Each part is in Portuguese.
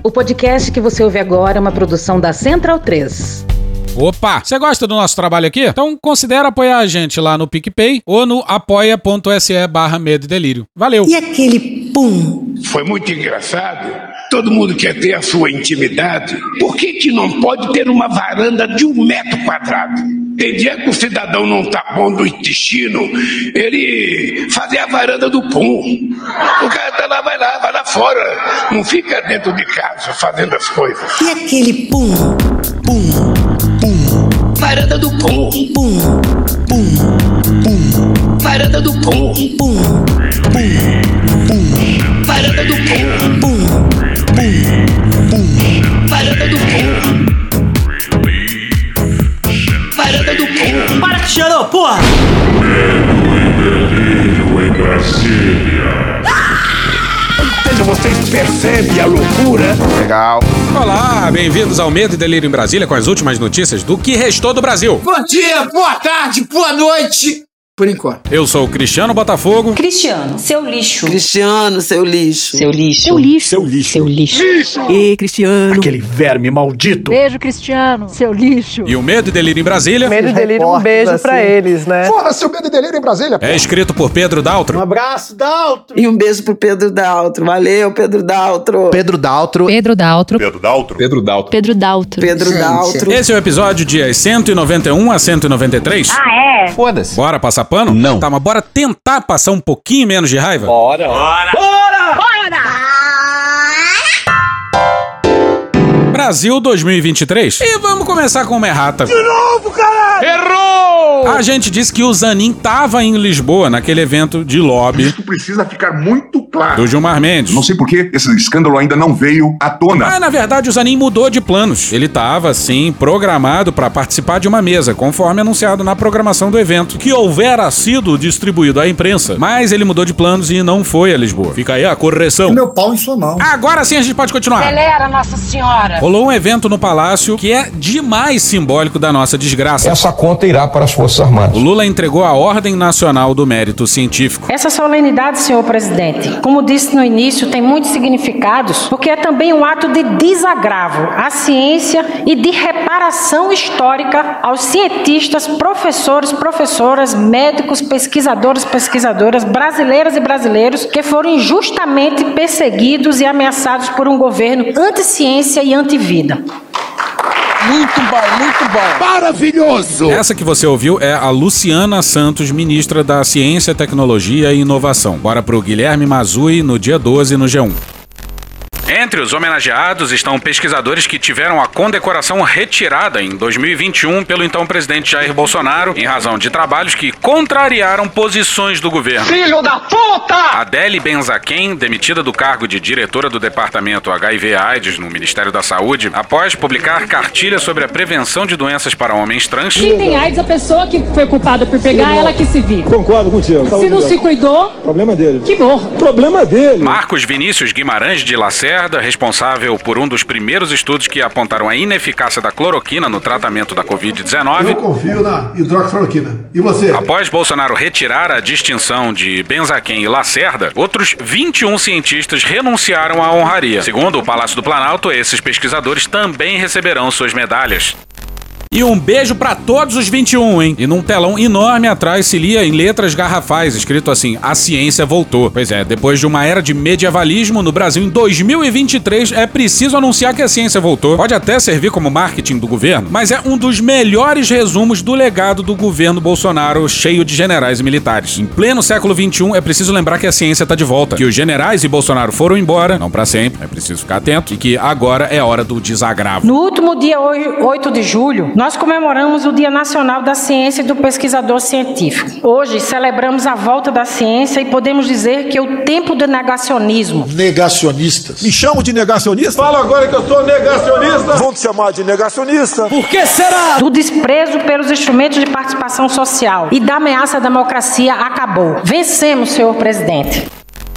O podcast que você ouve agora é uma produção da Central 3. Opa! Você gosta do nosso trabalho aqui? Então considere apoiar a gente lá no PicPay ou no apoia.se/Medo e Delírio. Valeu! E aquele pum? Foi muito engraçado. Todo mundo quer ter a sua intimidade. Por que não pode ter uma varanda de 1 metro quadrado? Tem dia que o cidadão não tá bom do intestino, ele fazer a varanda do pum. O cara tá lá, vai lá fora. Não fica dentro de casa fazendo as coisas. E aquele pum? Pum? Varanda do pum. Pum? Varanda do pum. Pum? Varanda do pum. Varanda do pum. Varanda do pum. Para que chorou, porra! Delírio em Brasília. Vocês percebem a loucura? Legal. Olá, bem-vindos ao Medo e Delírio em Brasília com as últimas notícias do que restou do Brasil. Bom dia, boa tarde, boa noite. Por enquanto. Eu sou o Cristiano Botafogo. Cristiano, seu lixo. Cristiano, seu lixo. Seu lixo. Seu lixo. Seu lixo. Seu lixo. Lixo. E Cristiano. Aquele verme maldito. Beijo, Cristiano. Seu lixo. E o Medo e Delírio em Brasília. Medo e Delírio, um beijo pra eles, né? Fora-se o Medo e Delírio em Brasília. É escrito por Pedro Daltro. Um abraço, Daltro. E um beijo pro Pedro Daltro. Valeu, Pedro Daltro. Pedro Daltro. Pedro Daltro. Pedro Daltro. Pedro Daltro. Pedro Daltro. Pedro Daltro. Esse é o episódio dias 191 a 193. Ah, é? Foda-se. Bora passar pano? Não. Tá, mas bora tentar passar um pouquinho menos de raiva? Bora. Brasil 2023. E vamos começar com uma errata. De novo, caralho! Errou! A gente disse que o Zanin tava em Lisboa naquele evento de lobby Isso precisa ficar muito claro. do Gilmar Mendes. Não sei por que esse escândalo ainda não veio à tona. Mas, na verdade, o Zanin mudou de planos. Ele tava, sim, programado para participar de uma mesa, conforme anunciado na programação do evento, que houvera sido distribuído à imprensa. Mas ele mudou de planos e não foi a Lisboa. Fica aí a correção. Meu pau em sua mão. Agora sim a gente pode continuar. Acelera, Nossa Senhora. Rolou um evento no Palácio que é demais simbólico da nossa desgraça. Essa conta irá para as Forças Armadas. O Lula entregou a Ordem Nacional do Mérito Científico. Essa solenidade, senhor presidente, como disse no início, tem muitos significados, porque é também um ato de desagravo à ciência e de reparação histórica aos cientistas, professores, professoras, médicos, pesquisadores, pesquisadoras, brasileiras e brasileiros que foram injustamente perseguidos e ameaçados por um governo anti-ciência e anti-vida. Muito bom. Maravilhoso! Essa que você ouviu é a Luciana Santos, ministra da Ciência, Tecnologia e Inovação. Bora pro Guilherme Mazui no dia 12 no G1. Entre os homenageados estão pesquisadores que tiveram a condecoração retirada em 2021 pelo então presidente Jair Bolsonaro, em razão de trabalhos que contrariaram posições do governo. Filho da puta! Adele Benzaquem, demitida do cargo de diretora do Departamento HIV/AIDS no Ministério da Saúde, após publicar cartilha sobre a prevenção de doenças para homens trans. Quem tem AIDS, a pessoa que foi culpada por pegar, ela que se vira. Concordo contigo. Se não se cuidou, Problema dele. que morra. Problema dele. Marcos Vinícius Guimarães de Lacerda, responsável por um dos primeiros estudos que apontaram a ineficácia da cloroquina no tratamento da Covid-19. confio na hidroxicloroquina. E você? Após Bolsonaro retirar a distinção de Benzaquem e Lacerda, outros 21 cientistas renunciaram à honraria. Segundo o Palácio do Planalto, esses pesquisadores também receberão suas medalhas. E um beijo pra todos os 21, hein? E num telão enorme atrás se lia em letras garrafais, escrito assim, a ciência voltou. Pois é, depois de uma era de medievalismo no Brasil em 2023, é preciso anunciar que a ciência voltou. Pode até servir como marketing do governo, mas é um dos melhores resumos do legado do governo Bolsonaro, cheio de generais e militares. Em pleno século XXI, é preciso lembrar que a ciência tá de volta, que os generais e Bolsonaro foram embora, não pra sempre, é preciso ficar atento, e que agora é hora do desagravo. No último dia 8 de julho, nós comemoramos o Dia Nacional da Ciência e do Pesquisador Científico. Hoje celebramos a volta da ciência e podemos dizer que o tempo do negacionismo. Negacionistas. Me chamo de negacionista? Fala agora que eu sou negacionista. Vão te chamar de negacionista. Por que será? Do desprezo pelos instrumentos de participação social e da ameaça à democracia acabou. Vencemos, senhor presidente.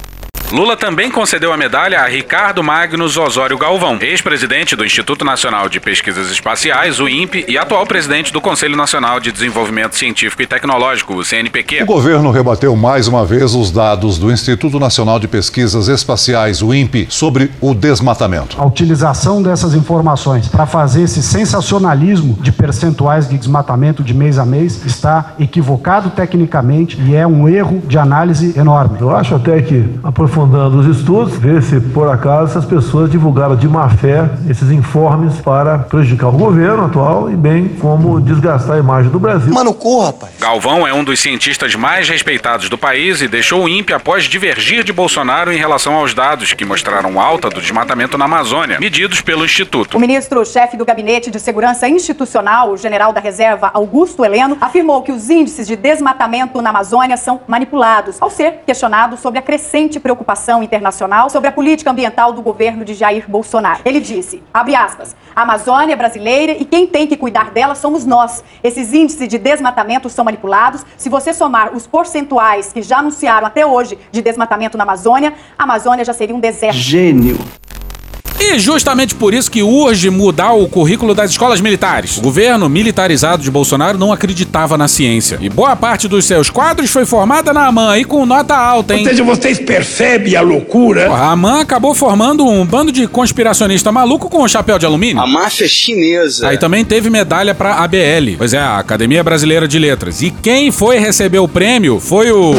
Lula também concedeu a medalha a Ricardo Magnus Osório Galvão, ex-presidente do Instituto Nacional de Pesquisas Espaciais, o INPE, e atual presidente do Conselho Nacional de Desenvolvimento Científico e Tecnológico, o CNPq. O governo rebateu mais uma vez os dados do Instituto Nacional de Pesquisas Espaciais, o INPE, sobre o desmatamento. A utilização dessas informações para fazer esse sensacionalismo de percentuais de desmatamento de mês a mês está equivocado tecnicamente e é um erro de análise enorme. Eu acho até que, aprofundando os estudos, ver se por acaso essas pessoas divulgaram de má fé esses informes para prejudicar o governo atual e bem como desgastar a imagem do Brasil. Mano, corra, rapaz. Galvão é um dos cientistas mais respeitados do país e deixou o INPE após divergir de Bolsonaro em relação aos dados que mostraram alta do desmatamento na Amazônia, medidos pelo Instituto. O ministro-chefe do Gabinete de Segurança Institucional, o general da Reserva Augusto Heleno, afirmou que os índices de desmatamento na Amazônia são manipulados, ao ser questionado sobre a crescente preocupação internacional sobre a política ambiental do governo de Jair Bolsonaro. Ele disse, abre aspas, a Amazônia é brasileira e quem tem que cuidar dela somos nós. Esses índices de desmatamento são manipulados. Se você somar os percentuais que já anunciaram até hoje de desmatamento na Amazônia, a Amazônia já seria um deserto. Gênio. E justamente por isso que urge mudar o currículo das escolas militares. O governo militarizado de Bolsonaro não acreditava na ciência. E boa parte dos seus quadros foi formada na AMAN, e com nota alta, hein? Ou seja, vocês percebem a loucura? A AMAN acabou formando um bando de conspiracionista maluco com chapéu de alumínio. A máfia chinesa. Aí também teve medalha pra ABL, pois é, a Academia Brasileira de Letras. E quem foi receber o prêmio foi o...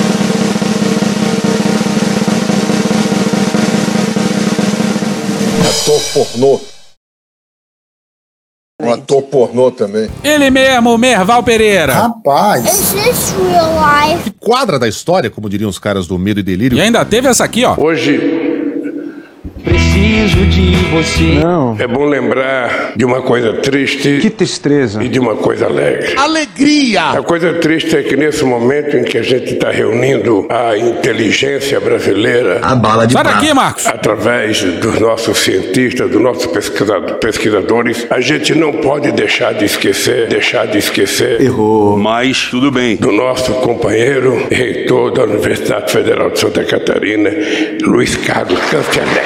Ator pornô. Um ator pornô também. Ele mesmo, Merval Pereira. Rapaz. Is this real life? Que quadra da história, como diriam os caras do Medo e Delírio. E ainda teve essa aqui, ó. Hoje Preciso de você. Não. É bom lembrar de uma coisa triste. Que tristeza. E de uma coisa alegre. Alegria! A coisa triste é que nesse momento em que a gente está reunindo a inteligência brasileira... A bala de prata. Sai daqui, Marcos! Através dos nossos cientistas, dos nossos pesquisadores, a gente não pode deixar de esquecer... Errou. Mas tudo bem. Do nosso companheiro, reitor da Universidade Federal de Santa Catarina, Luiz Carlos Canceler.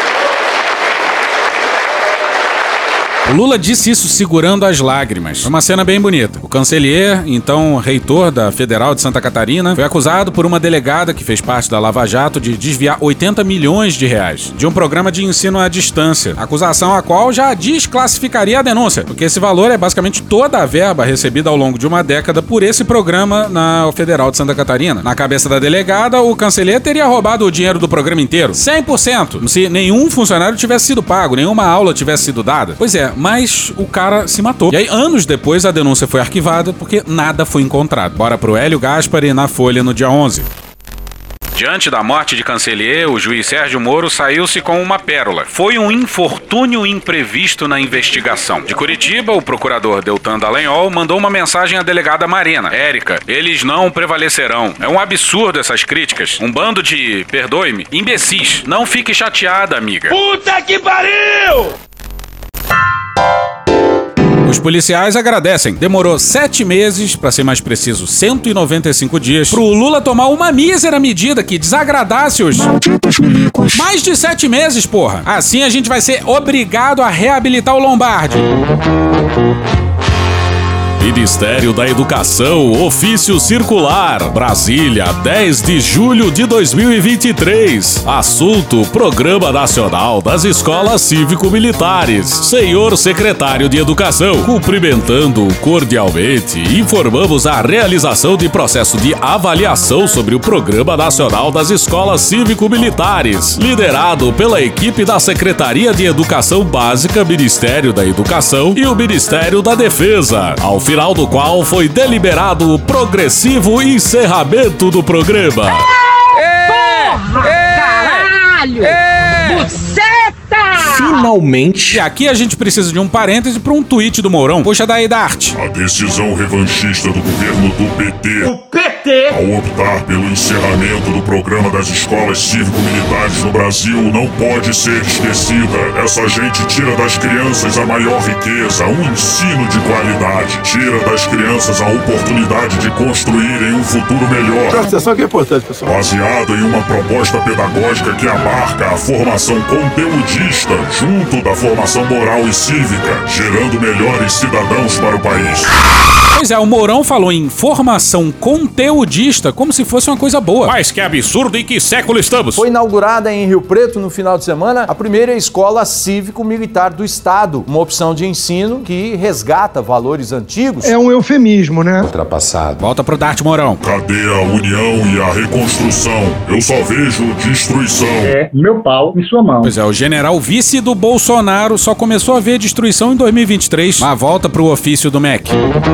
O Lula disse isso segurando as lágrimas. Foi uma cena bem bonita. O Canceler, então reitor da Federal de Santa Catarina, foi acusado por uma delegada que fez parte da Lava Jato de desviar 80 milhões de reais de um programa de ensino à distância. Acusação a qual já desclassificaria a denúncia, porque esse valor é basicamente toda a verba recebida ao longo de uma década por esse programa na Federal de Santa Catarina. Na cabeça da delegada, o Canceler teria roubado o dinheiro do programa inteiro. 100%! Como se nenhum funcionário tivesse sido pago, nenhuma aula tivesse sido dada. Pois é, mas o cara se matou. E aí, anos depois, a denúncia foi arquivada porque nada foi encontrado. Bora pro Hélio Gaspari na Folha no dia 11. Diante da morte de Canceler, o juiz Sérgio Moro saiu-se com uma pérola. Foi um infortúnio imprevisto na investigação. De Curitiba, o procurador Deltan Dallagnol mandou uma mensagem à delegada Marina. Érica, eles não prevalecerão. É um absurdo essas críticas. Um bando de, perdoe-me, imbecis. Não fique chateada, amiga. Puta que pariu! Os policiais agradecem. Demorou 7 meses, pra ser mais preciso, 195 dias, pro Lula tomar uma mísera medida que desagradasse os... Mais de 7 meses, porra! Assim a gente vai ser obrigado a reabilitar o Lombardi. Ministério da Educação, ofício circular, Brasília, 10 de julho de 2023. Assunto: Programa Nacional das Escolas Cívico-Militares. Senhor Secretário de Educação, cumprimentando cordialmente, informamos a realização de processo de avaliação sobre o Programa Nacional das Escolas Cívico-Militares, liderado pela equipe da Secretaria de Educação Básica, Ministério da Educação e o Ministério da Defesa, ao final do qual foi deliberado o progressivo encerramento do programa. Caralho! Buceta! Finalmente. E aqui a gente precisa de um parêntese para um tweet do Mourão. Puxa daí da arte. A decisão revanchista do governo do PT. O PT PT. Ao optar pelo encerramento do programa das escolas cívico-militares no Brasil, não pode ser esquecida. Essa gente tira das crianças a maior riqueza, um ensino de qualidade. Tira das crianças a oportunidade de construírem um futuro melhor. Presta atenção que é importante, pessoal. Baseado em uma proposta pedagógica que abarca a formação conteudista junto da formação moral e cívica, gerando melhores cidadãos para o país. Pois é, o Mourão falou em formação conteudista como se fosse uma coisa boa. Mas que absurdo, em que século estamos? Foi inaugurada em Rio Preto, no final de semana, a primeira escola cívico-militar do Estado. Uma opção de ensino que resgata valores antigos. É um eufemismo, né? Ultrapassado. Volta pro Dart, Mourão. Cadê a união e a reconstrução? Eu só vejo destruição. É meu pau em sua mão. Pois é, o general vice do Bolsonaro só começou a ver destruição em 2023. Mas volta pro ofício do MEC.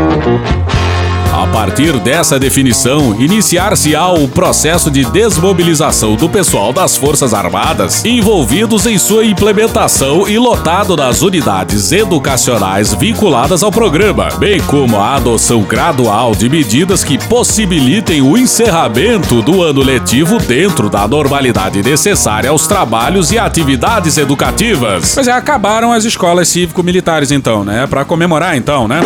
A partir dessa definição, iniciar-se-á o processo de desmobilização do pessoal das Forças Armadas envolvidos em sua implementação e lotado das unidades educacionais vinculadas ao programa, bem como a adoção gradual de medidas que possibilitem o encerramento do ano letivo dentro da normalidade necessária aos trabalhos e atividades educativas. Pois é, acabaram as escolas cívico-militares então, né? Pra comemorar então, né?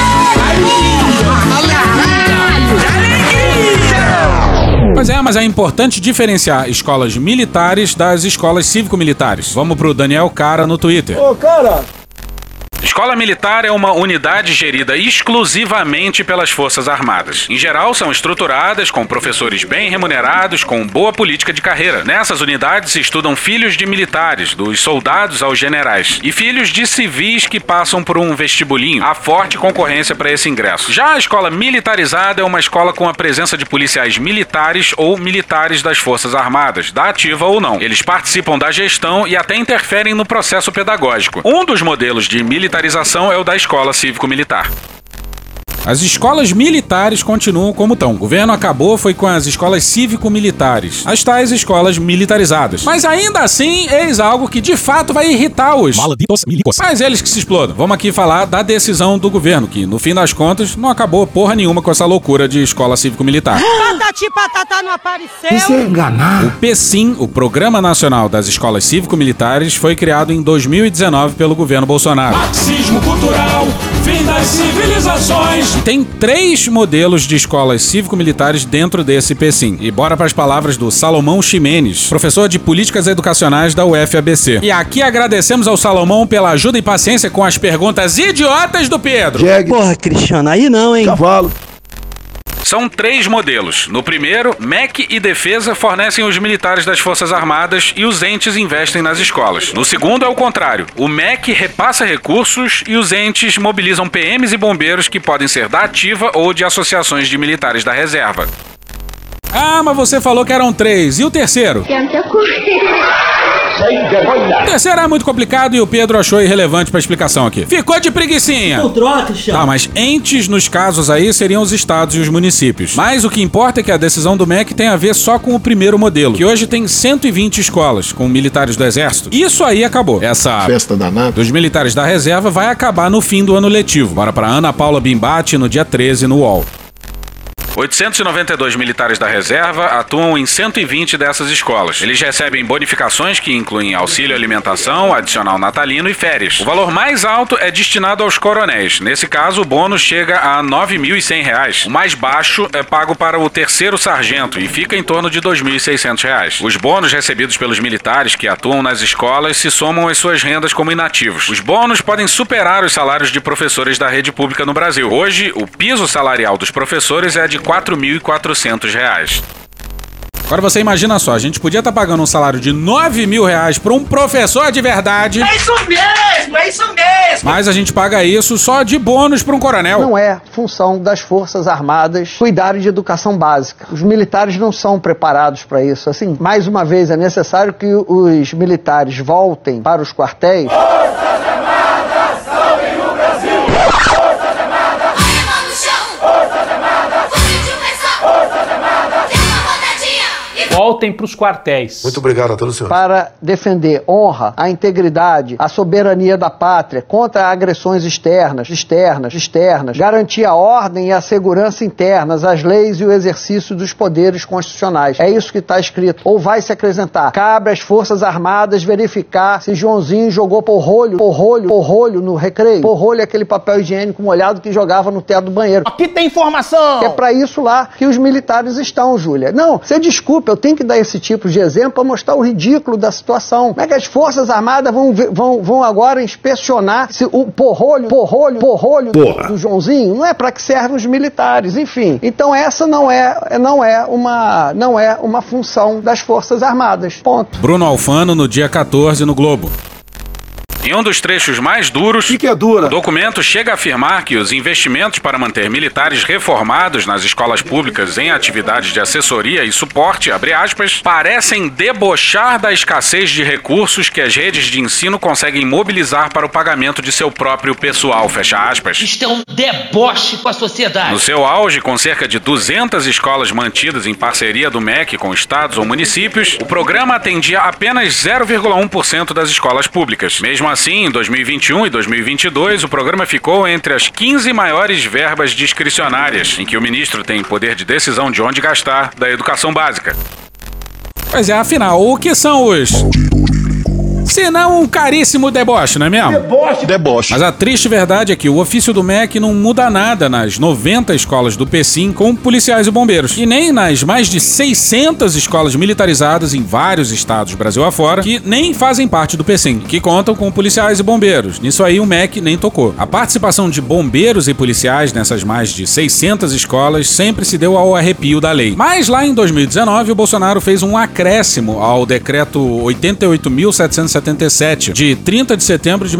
Pois é, mas é importante diferenciar escolas militares das escolas cívico-militares. Vamos pro Daniel Cara no Twitter. Ô, cara! Escola militar é uma unidade gerida exclusivamente pelas Forças Armadas. Em geral, são estruturadas com professores bem remunerados, com boa política de carreira. Nessas unidades se estudam filhos de militares, dos soldados aos generais, e filhos de civis que passam por um vestibulinho. Há forte concorrência para esse ingresso. Já a escola militarizada é uma escola com a presença de policiais militares ou militares das Forças Armadas, da ativa ou não. Eles participam da gestão e até interferem no processo pedagógico. Um dos modelos de militarização é o da escola cívico-militar. As escolas militares continuam como estão. O governo acabou foi com as escolas cívico-militares, as tais escolas militarizadas. Mas ainda assim, eis algo que de fato vai irritar os malditos milicos. Mas eles que se explodam. Vamos aqui falar da decisão do governo, que no fim das contas não acabou porra nenhuma com essa loucura de escola cívico-militar. Patati patatá não apareceu. Isso é enganar. O PECIM, o Programa Nacional das Escolas Cívico-Militares, foi criado em 2019 pelo governo Bolsonaro. Marxismo cultural, fim das civilizações. E tem 3 modelos de escolas cívico-militares dentro desse PECIM. E bora para as palavras do Salomão Ximenes, professor de Políticas Educacionais da UFABC. E aqui agradecemos ao Salomão pela ajuda e paciência com as perguntas idiotas do Pedro. Porra, Cristiano, aí não, hein? Cavalo. São 3 modelos. No primeiro, MEC e Defesa fornecem os militares das Forças Armadas e os entes investem nas escolas. No segundo é o contrário. O MEC repassa recursos e os entes mobilizam PMs e bombeiros que podem ser da ativa ou de associações de militares da reserva. Ah, mas você falou que eram 3. E o terceiro? O terceiro é muito complicado e o Pedro achou irrelevante pra explicação aqui. Ficou de preguicinha. Não troca, Cristiano. Tá, mas entes nos casos aí seriam os estados e os municípios. Mas o que importa é que a decisão do MEC tem a ver só com o primeiro modelo, que hoje tem 120 escolas com militares do Exército. Isso aí acabou. Essa festa danada dos militares da reserva vai acabar no fim do ano letivo. Bora pra Ana Paula Bimbati no dia 13 no UOL. 892 militares da reserva atuam em 120 dessas escolas. Eles recebem bonificações que incluem auxílio alimentação, adicional natalino e férias. O valor mais alto é destinado aos coronéis. Nesse caso, o bônus chega a R$ 9.100. O mais baixo é pago para o terceiro sargento e fica em torno de R$ 2.600. Os bônus recebidos pelos militares que atuam nas escolas se somam às suas rendas como inativos. Os bônus podem superar os salários de professores da rede pública no Brasil. Hoje, o piso salarial dos professores é de R$ 4.400. Agora você imagina só, a gente podia estar pagando um salário de R$ 9.000 para um professor de verdade. É isso mesmo, é isso mesmo. Mas a gente paga isso só de bônus para um coronel. Não é função das Forças Armadas cuidarem de educação básica. Os militares não são preparados para isso. Assim, mais uma vez, é necessário que os militares voltem para os quartéis. Forças Armadas, salvem o Brasil! Forças Armadas, Forças Armadas, Forças Armadas, tem uma rodadinha e voltem para os quartéis. Muito obrigado a todos os senhores. Para defender honra, a integridade, a soberania da pátria contra agressões externas, garantir a ordem e a segurança internas, as leis e o exercício dos poderes constitucionais. É isso que está escrito. Ou vai se acrescentar. Cabe às Forças Armadas verificar se Joãozinho jogou porrolho no recreio. Porrolho é aquele papel higiênico molhado que jogava no teto do banheiro. Aqui tem informação! É para isso lá que os militares estão, Júlia. Não, você desculpa, eu tenho que dar esse tipo de exemplo para mostrar o ridículo da situação. Como é que as Forças Armadas vão agora inspecionar se o porrolho do Joãozinho? Não é para que servem os militares, enfim. Então essa não é uma função das Forças Armadas. Ponto. Bruno Alfano, no dia 14, no Globo. Em um dos trechos mais duros, que é dura? O documento chega a afirmar que os investimentos para manter militares reformados nas escolas públicas em atividades de assessoria e suporte, abre aspas, parecem debochar da escassez de recursos que as redes de ensino conseguem mobilizar para o pagamento de seu próprio pessoal, fecha aspas. Isto é um deboche com a sociedade. No seu auge, com cerca de 200 escolas mantidas em parceria do MEC com estados ou municípios, o programa atendia apenas 0,1% das escolas públicas. Mesmo assim, em 2021 e 2022, o programa ficou entre as 15 maiores verbas discricionárias, em que o ministro tem poder de decisão de onde gastar, da educação básica. Pois é, afinal, o que são os... Se não um caríssimo deboche, não é mesmo? Deboche. Mas a triste verdade é que o ofício do MEC não muda nada nas 90 escolas do PSIM com policiais e bombeiros. E nem nas mais de 600 escolas militarizadas em vários estados Brasil afora, que nem fazem parte do PSIM, que contam com policiais e bombeiros. Nisso aí o MEC nem tocou. A participação de bombeiros e policiais nessas mais de 600 escolas sempre se deu ao arrepio da lei. Mas lá em 2019 o Bolsonaro fez um acréscimo ao decreto 88.777 de 30 de setembro de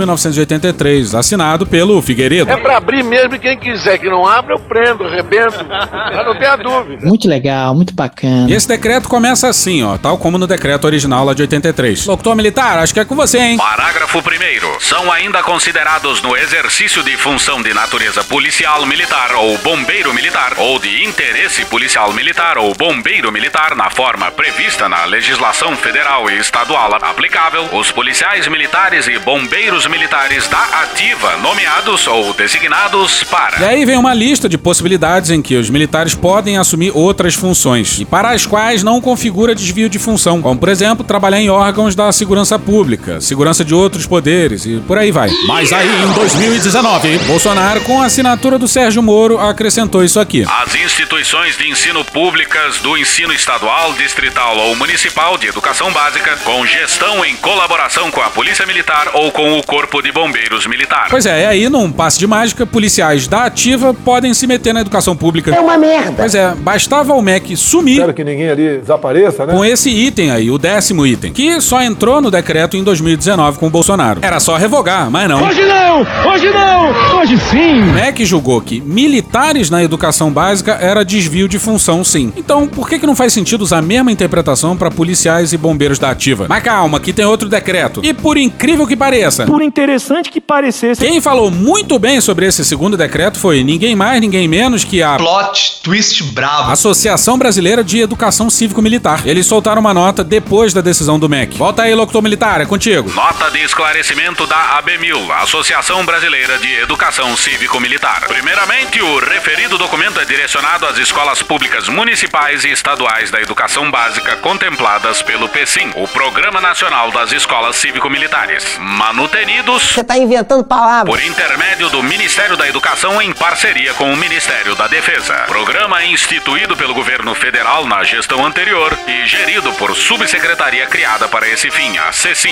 1983, assinado pelo Figueiredo. É pra abrir mesmo e quem quiser que não abra, eu prendo, arrebento. Já não tenha dúvida. Muito legal, muito bacana. E esse decreto começa assim, ó, tal como no decreto original lá de 83. Locutor militar, acho que é com você, hein? Parágrafo 1º. São ainda considerados no exercício de função de natureza policial militar ou bombeiro militar, ou de interesse policial militar ou bombeiro militar, na forma prevista na legislação federal e estadual aplicável, os policiais militares e bombeiros militares da ativa, nomeados ou designados para... E aí vem uma lista de possibilidades em que os militares podem assumir outras funções, e para as quais não configura desvio de função, como, por exemplo, trabalhar em órgãos da segurança pública, segurança de outros poderes e por aí vai. Mas aí, em 2019, Bolsonaro, com a assinatura do Sérgio Moro, acrescentou isso aqui. As instituições de ensino públicas do ensino estadual, distrital ou municipal de educação básica, com gestão em colaboração com a Polícia Militar ou com o Corpo de Bombeiros Militar. Pois é, aí num passe de mágica, policiais da ativa podem se meter na educação pública. É uma merda. Pois é, bastava o MEC sumir. Espero que ninguém ali desapareça, né? Com esse item aí, o 10º item, que só entrou no decreto em 2019 com o Bolsonaro. Era só revogar, mas não. Hoje não! Hoje não! Hoje sim! O MEC julgou que militares na educação básica era desvio de função, sim. Então, por que não faz sentido usar a mesma interpretação para policiais e bombeiros da ativa? Mas calma, que tem outro decreto. E por incrível que pareça, por interessante que parecesse, quem falou muito bem sobre esse segundo decreto foi ninguém mais, ninguém menos que a Plot Twist Bravo, Associação Brasileira de Educação Cívico-Militar. Eles soltaram uma nota depois da decisão do MEC. Volta aí, locutor militar, é contigo. Nota de esclarecimento da ABMIL, Associação Brasileira de Educação Cívico-Militar. Primeiramente, o referido documento é direcionado às escolas públicas municipais e estaduais da educação básica contempladas pelo PSIM, o Programa Nacional das Escolas Cívico-Militares, manutenidos... Você tá inventando palavras. Por intermédio do Ministério da Educação em parceria com o Ministério da Defesa. Programa instituído pelo governo federal na gestão anterior e gerido por subsecretaria criada para esse fim, a CECIM.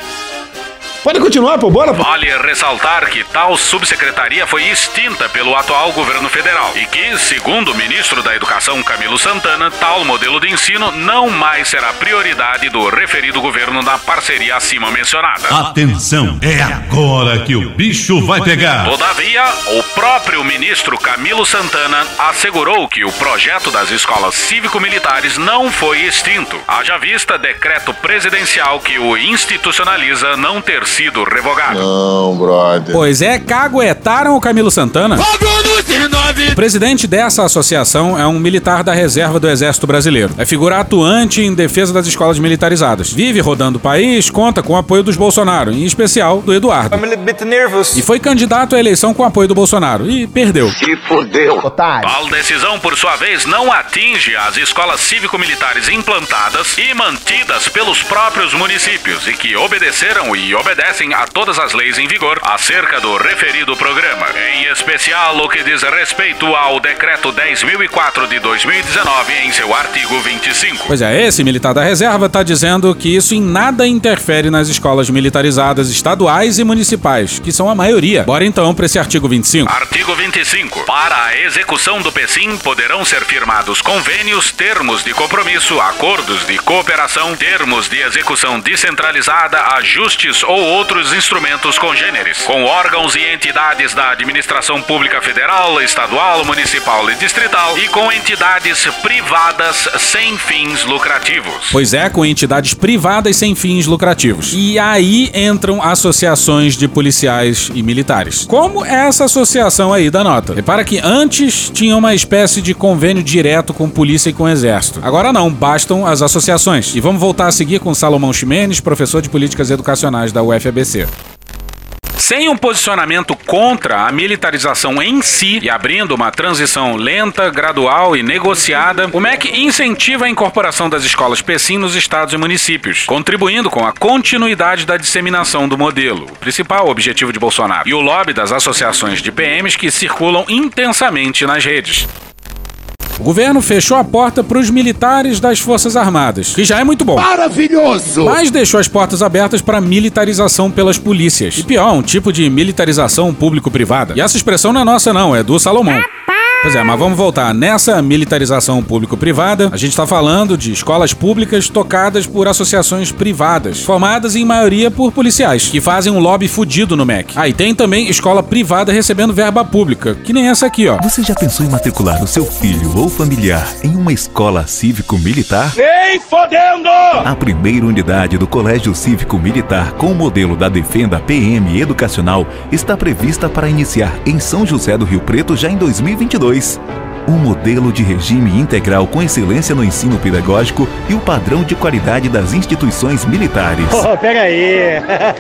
Pode continuar, pô, bora. Vale ressaltar que tal subsecretaria foi extinta pelo atual governo federal e que, segundo o ministro da Educação, Camilo Santana, tal modelo de ensino não mais será prioridade do referido governo na parceria acima mencionada. Atenção, é agora que o bicho vai pegar. Todavia, o próprio ministro Camilo Santana assegurou que o projeto das escolas cívico-militares não foi extinto, haja vista decreto presidencial que o institucionaliza não ter sido revogado. Não, brother. Pois é, caguetaram o Camilo Santana. O presidente dessa associação é um militar da reserva do Exército Brasileiro. É figura atuante em defesa das escolas militarizadas. Vive rodando o país, conta com o apoio dos Bolsonaro, em especial do Eduardo. E foi candidato à eleição com o apoio do Bolsonaro e perdeu. Se fudeu. Tal decisão, por sua vez, não atinge as escolas cívico-militares implantadas e mantidas pelos próprios municípios e que obedeceram e obedecem a todas as leis em vigor acerca do referido programa. Em especial, o que diz respeito ao Decreto 10.004 de 2019 em seu artigo 25. Pois é, esse militar da reserva está dizendo que isso em nada interfere nas escolas militarizadas estaduais e municipais, que são a maioria. Bora então para esse artigo 25. Artigo 25. Para a execução do PECIM poderão ser firmados convênios, termos de compromisso, acordos de cooperação, termos de execução descentralizada, ajustes ou outros instrumentos congêneres, com órgãos e entidades da administração pública federal, estadual, municipal e distrital e com entidades privadas sem fins lucrativos. Pois é, com entidades privadas sem fins lucrativos. E aí entram associações de policiais e militares. Como essa associação aí da nota. Repara que antes tinha uma espécie de convênio direto com polícia e com exército. Agora não, bastam as associações. E vamos voltar a seguir com Salomão Ximenes, professor de políticas educacionais da UFABC. Sem um posicionamento contra a militarização em si e abrindo uma transição lenta, gradual e negociada, o MEC incentiva a incorporação das escolas PECIM nos estados e municípios, contribuindo com a continuidade da disseminação do modelo, o principal objetivo de Bolsonaro, e o lobby das associações de PMs que circulam intensamente nas redes. O governo fechou a porta para os militares das Forças Armadas, que já é muito bom. Maravilhoso! Mas deixou as portas abertas para militarização pelas polícias. E pior, um tipo de militarização público-privada. E essa expressão não é nossa não, é do Salomão. Pois é, mas vamos voltar. Nessa militarização público-privada, a gente está falando de escolas públicas tocadas por associações privadas, formadas em maioria por policiais, que fazem um lobby fudido no MEC. Ah, e tem também escola privada recebendo verba pública, que nem essa aqui, ó. Você já pensou em matricular o seu filho ou familiar em uma escola cívico-militar? Nem fodendo! A primeira unidade do Colégio Cívico-Militar com o modelo da Defenda PM Educacional está prevista para iniciar em São José do Rio Preto já em 2022. Um modelo de regime integral com excelência no ensino pedagógico e o padrão de qualidade das instituições militares. Oh, peraí.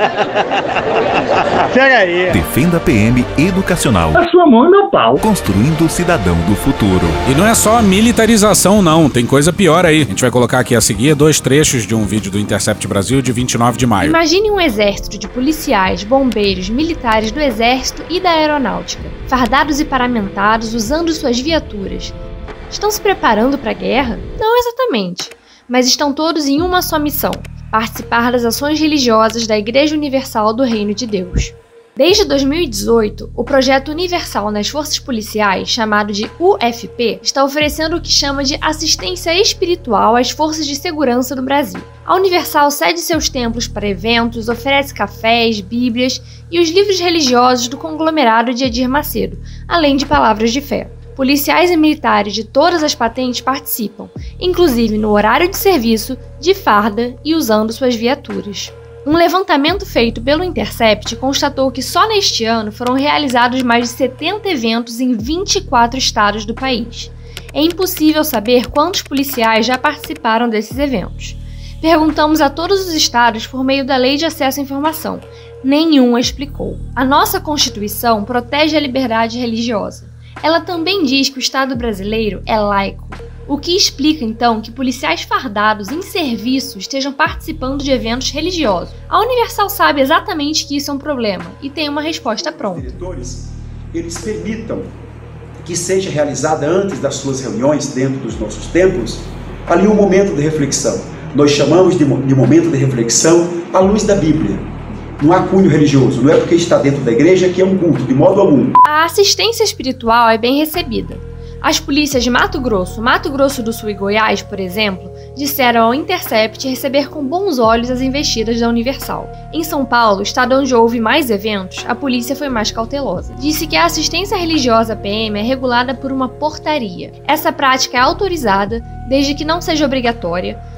Peraí. Defenda PM Educacional. A sua mão é meu pau. Construindo o cidadão do futuro. E não é só militarização, não. Tem coisa pior aí. A gente vai colocar aqui a seguir 2 trechos de um vídeo do Intercept Brasil de 29 de maio. Imagine um exército de policiais, bombeiros, militares do exército e da aeronáutica, fardados e paramentados, usando suas viaturas. Estão se preparando para a guerra? Não exatamente, mas estão todos em uma só missão: participar das ações religiosas da Igreja Universal do Reino de Deus. Desde 2018, o projeto universal nas forças policiais, chamado de UFP, está oferecendo o que chama de assistência espiritual às forças de segurança do Brasil. A Universal cede seus templos para eventos, oferece cafés, bíblias e os livros religiosos do conglomerado de Edir Macedo, além de palavras de fé. Policiais e militares de todas as patentes participam, inclusive no horário de serviço, de farda e usando suas viaturas. Um levantamento feito pelo Intercept constatou que só neste ano foram realizados mais de 70 eventos em 24 estados do país. É impossível saber quantos policiais já participaram desses eventos. Perguntamos a todos os estados por meio da Lei de Acesso à Informação. Nenhum explicou. A nossa Constituição protege a liberdade religiosa. Ela também diz que o Estado brasileiro é laico, o que explica então que policiais fardados em serviço estejam participando de eventos religiosos. A Universal sabe exatamente que isso é um problema e tem uma resposta pronta. Os diretores, eles permitam que seja realizada antes das suas reuniões dentro dos nossos templos, ali um momento de reflexão. Nós chamamos de momento de reflexão à luz da Bíblia. Não há cunho religioso, não é porque está dentro da igreja que é um culto, de modo algum. A assistência espiritual é bem recebida. As polícias de Mato Grosso do Sul e Goiás, por exemplo, disseram ao Intercept receber com bons olhos as investidas da Universal. Em São Paulo, estado onde houve mais eventos, a polícia foi mais cautelosa. Disse que a assistência religiosa PM é regulada por uma portaria. Essa prática é autorizada, desde que não seja obrigatória,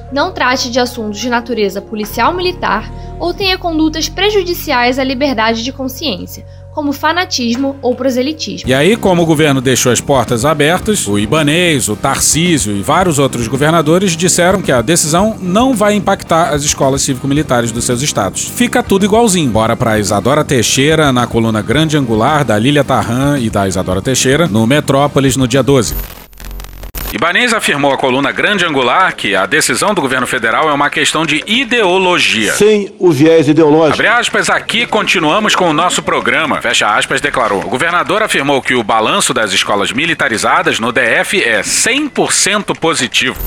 não trate de assuntos de natureza policial-militar ou tenha condutas prejudiciais à liberdade de consciência, como fanatismo ou proselitismo. E aí, como o governo deixou as portas abertas, o Ibanez, o Tarcísio e vários outros governadores disseram que a decisão não vai impactar as escolas cívico-militares dos seus estados. Fica tudo igualzinho. Bora pra Isadora Teixeira na coluna Grande Angular da Lília Tarran e da Isadora Teixeira no Metrópolis no dia 12. Ibanez afirmou à coluna Grande Angular que a decisão do governo federal é uma questão de ideologia. Sem o viés ideológico. Abre aspas, aqui continuamos com o nosso programa. Fecha aspas, declarou. O governador afirmou que o balanço das escolas militarizadas no DF é 100% positivo.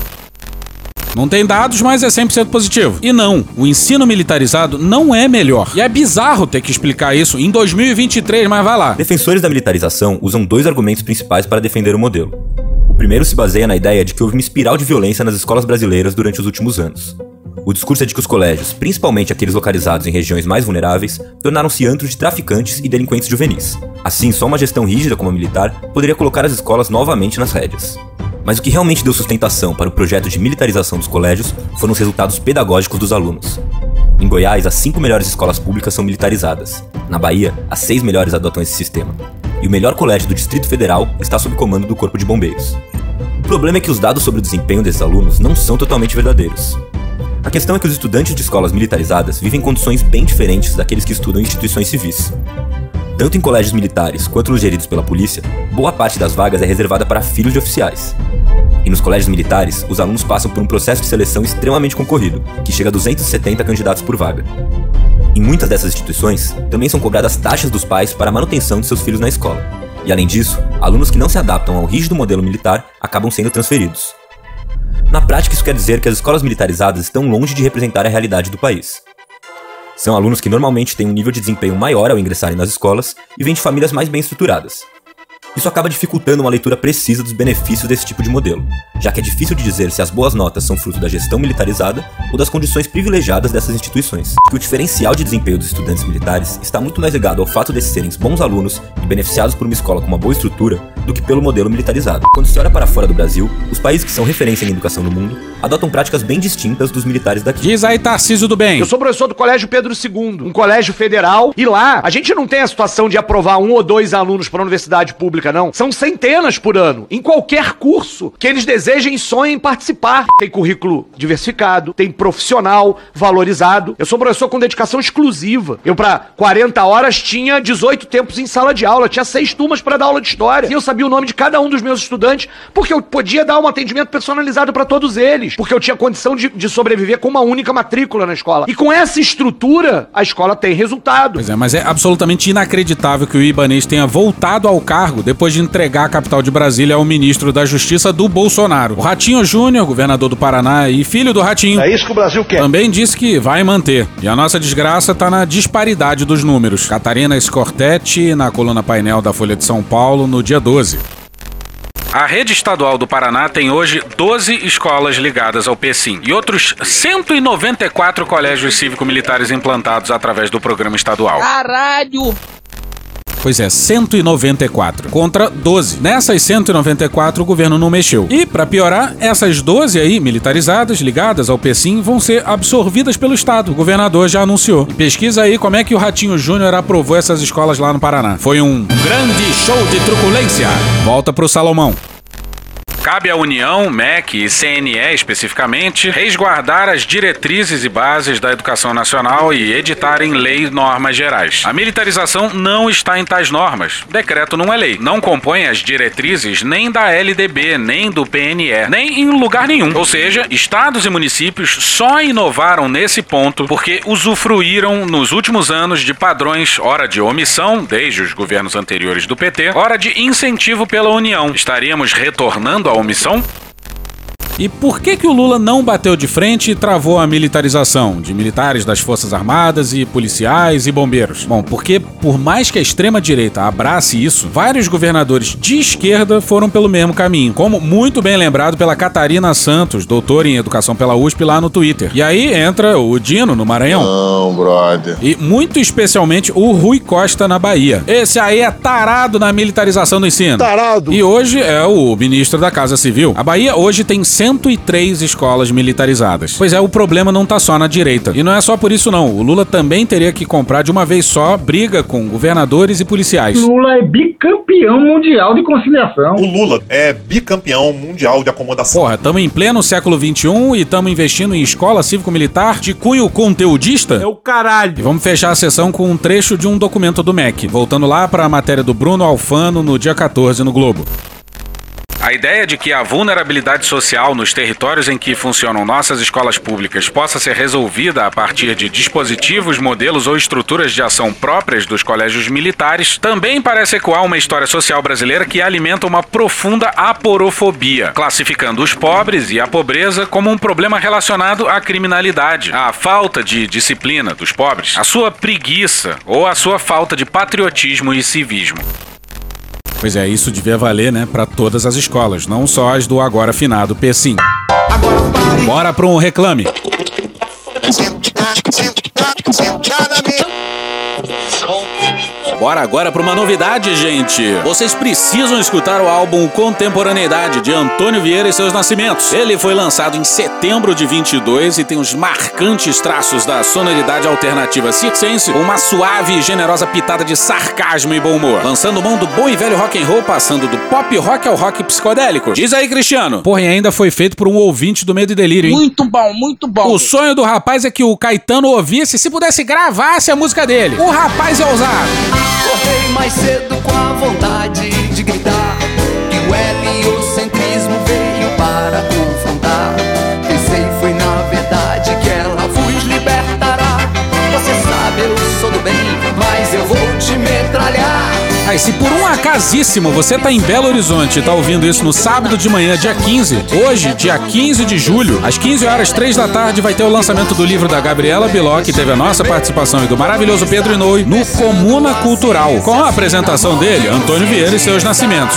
Não tem dados, mas é 100% positivo. E não, o ensino militarizado não é melhor. E é bizarro ter que explicar isso em 2023, mas vai lá. Defensores da militarização usam dois argumentos principais para defender o modelo. O primeiro se baseia na ideia de que houve uma espiral de violência nas escolas brasileiras durante os últimos anos. O discurso é de que os colégios, principalmente aqueles localizados em regiões mais vulneráveis, tornaram-se antros de traficantes e delinquentes juvenis. Assim, só uma gestão rígida como a militar poderia colocar as escolas novamente nas rédeas. Mas o que realmente deu sustentação para o projeto de militarização dos colégios foram os resultados pedagógicos dos alunos. Em Goiás, as 5 melhores escolas públicas são militarizadas. Na Bahia, as 6 melhores adotam esse sistema. E o melhor colégio do Distrito Federal está sob comando do Corpo de Bombeiros. O problema é que os dados sobre o desempenho desses alunos não são totalmente verdadeiros. A questão é que os estudantes de escolas militarizadas vivem em condições bem diferentes daqueles que estudam em instituições civis. Tanto em colégios militares quanto nos geridos pela polícia, boa parte das vagas é reservada para filhos de oficiais. E nos colégios militares, os alunos passam por um processo de seleção extremamente concorrido, que chega a 270 candidatos por vaga. Em muitas dessas instituições, também são cobradas taxas dos pais para a manutenção de seus filhos na escola. E além disso, alunos que não se adaptam ao rígido modelo militar acabam sendo transferidos. Na prática, isso quer dizer que as escolas militarizadas estão longe de representar a realidade do país. São alunos que normalmente têm um nível de desempenho maior ao ingressarem nas escolas e vêm de famílias mais bem estruturadas. Isso acaba dificultando uma leitura precisa dos benefícios desse tipo de modelo, já que é difícil de dizer se as boas notas são fruto da gestão militarizada ou das condições privilegiadas dessas instituições. Que o diferencial de desempenho dos estudantes militares está muito mais ligado ao fato de serem bons alunos e beneficiados por uma escola com uma boa estrutura do que pelo modelo militarizado. Quando se olha para fora do Brasil, os países que são referência em educação no mundo adotam práticas bem distintas dos militares daqui. Diz aí, Tarcísio do Bem. Eu sou professor do Colégio Pedro II, um colégio federal, e lá a gente não tem a situação de aprovar 1 ou 2 alunos para a universidade pública, não. São centenas por ano, em qualquer curso que eles desejem e sonhem participar. Tem currículo diversificado, tem profissional valorizado. Eu sou professor com dedicação exclusiva. Eu, para 40 horas, tinha 18 tempos em sala de aula, tinha 6 turmas para dar aula de história. E eu sabia o nome de cada um dos meus estudantes, porque eu podia dar um atendimento personalizado para todos eles, porque eu tinha condição de sobreviver com uma única matrícula na escola. E com essa estrutura, a escola tem resultado. Pois é, mas é absolutamente inacreditável que o Ibanez tenha voltado ao cargo depois de entregar a capital de Brasília ao ministro da Justiça do Bolsonaro. O Ratinho Júnior, governador do Paraná e filho do Ratinho, é isso que o Brasil quer, também disse que vai manter. E a nossa desgraça tá na disparidade dos números. Catarina Scortetti, na coluna Painel da Folha de São Paulo, no dia 12. A rede estadual do Paraná tem hoje 12 escolas ligadas ao PSIM e outros 194 colégios cívico-militares implantados através do programa estadual. Caralho! Pois é, 194 contra 12. Nessas 194 o governo não mexeu. E, pra piorar, essas 12 aí, militarizadas, ligadas ao PSIM, vão ser absorvidas pelo Estado. O governador já anunciou. E pesquisa aí como é que o Ratinho Júnior aprovou essas escolas lá no Paraná. Foi um grande show de truculência. Volta pro Salomão. Cabe à União, MEC e CNE especificamente, resguardar as diretrizes e bases da educação nacional e editarem lei e normas gerais. A militarização não está em tais normas. Decreto não é lei. Não compõe as diretrizes nem da LDB, nem do PNE, nem em lugar nenhum. Ou seja, estados e municípios só inovaram nesse ponto porque usufruíram nos últimos anos de padrões, ora de omissão, desde os governos anteriores do PT, ora de incentivo pela União. Estaríamos retornando à omissão? E por que o Lula não bateu de frente e travou a militarização de militares das Forças Armadas e policiais e bombeiros? Bom, porque por mais que a extrema-direita abrace isso, vários governadores de esquerda foram pelo mesmo caminho, como muito bem lembrado pela Catarina Santos, doutora em educação pela USP, lá no Twitter. E aí entra o Dino, no Maranhão. Não, brother. E muito especialmente o Rui Costa, na Bahia. Esse aí é tarado na militarização do ensino. Tarado. E hoje é o ministro da Casa Civil. A Bahia hoje tem 103 escolas militarizadas. Pois é, o problema não tá só na direita. E não é só por isso não. O Lula também teria que comprar de uma vez só briga com governadores e policiais. Lula é bicampeão mundial de conciliação. O Lula é bicampeão mundial de acomodação. Porra, tamo em pleno século XXI e tamo investindo em escola cívico-militar de cunho conteudista? É o caralho. E vamos fechar a sessão com um trecho de um documento do MEC, voltando lá para a matéria do Bruno Alfano no dia 14 no Globo. A ideia de que a vulnerabilidade social nos territórios em que funcionam nossas escolas públicas possa ser resolvida a partir de dispositivos, modelos ou estruturas de ação próprias dos colégios militares também parece ecoar uma história social brasileira que alimenta uma profunda aporofobia, classificando os pobres e a pobreza como um problema relacionado à criminalidade, à falta de disciplina dos pobres, à sua preguiça ou à sua falta de patriotismo e civismo. Pois é, isso devia valer, né, para todas as escolas, não só as do agora afinado P5. Bora para um reclame. Bora agora para uma novidade, gente. Vocês precisam escutar o álbum Contemporaneidade, de Antônio Vieira e Seus Nascimentos. Ele foi lançado em setembro de 22 e tem os marcantes traços da sonoridade alternativa circense, com uma suave e generosa pitada de sarcasmo e bom humor, lançando mão do bom e velho rock and roll, passando do pop rock ao rock psicodélico. Diz aí, Cristiano. Porra, e ainda foi feito por um ouvinte do Medo e Delírio, hein? Muito bom, muito bom. O sonho do rapaz é que o Caetano ouvisse, se pudesse gravasse a música dele. O rapaz é ousado. Acordei mais cedo com a vontade de gritar que o heliocentrismo veio para confrontar. Pensei foi na verdade que ela vos libertará. Você sabe eu sou do bem, mas eu vou te metralhar. Aí, se por um acasíssimo você tá em Belo Horizonte e tá ouvindo isso no sábado de manhã, dia 15, hoje, dia 15 de julho, às 15h03 da tarde, vai ter o lançamento do livro da Gabriela Biló, que teve a nossa participação, e do maravilhoso Pedro Inouye, no Comuna Cultural, com a apresentação dele, Antônio Vieira e Seus Nascimentos.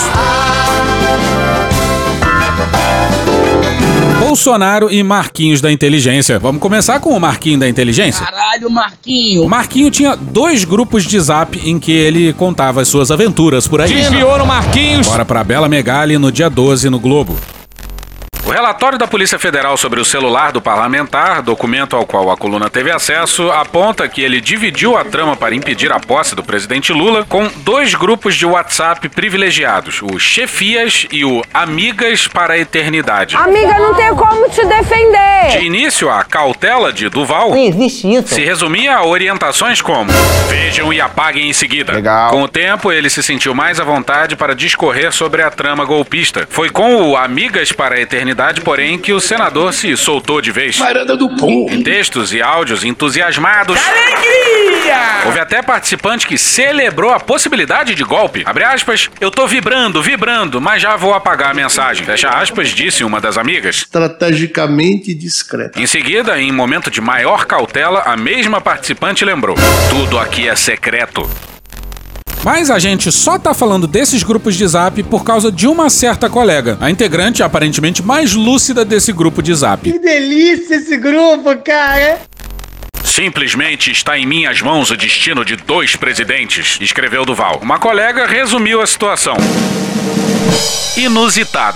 Bolsonaro e Marquinhos da Inteligência. Vamos começar com o Marquinho da Inteligência? Caralho, Marquinho. O Marquinho tinha 2 grupos de zap em que ele contava as suas aventuras por aí. Desviou no Marquinhos. Bora pra Bela Megali no dia 12 no Globo. O relatório da Polícia Federal sobre o celular do parlamentar, documento ao qual a coluna teve acesso, aponta que ele dividiu a trama para impedir a posse do presidente Lula com 2 grupos de WhatsApp privilegiados, o Chefias e o Amigas para a Eternidade. Amiga, não tem como te defender. De início, a cautela de Duval não existe isso. Se resumia a orientações como: vejam e apaguem em seguida. Legal. Com o tempo, ele se sentiu mais à vontade para discorrer sobre a trama golpista. Foi com o Amigas para a Eternidade, porém, que o senador se soltou de vez. Varanda do Pum. Em textos e áudios entusiasmados. Alegria! Houve até participante que celebrou a possibilidade de golpe. Abre aspas, eu tô vibrando, mas já vou apagar a mensagem. Fecha aspas, disse uma das amigas. Estrategicamente discreta. Em seguida, em momento de maior cautela, a mesma participante lembrou: tudo aqui é secreto. Mas a gente só tá falando desses grupos de zap por causa de uma certa colega, a integrante aparentemente mais lúcida desse grupo de zap. Que delícia esse grupo, cara. Simplesmente está em minhas mãos o destino de 2 presidentes, escreveu Duval. Uma colega resumiu a situação. Inusitado.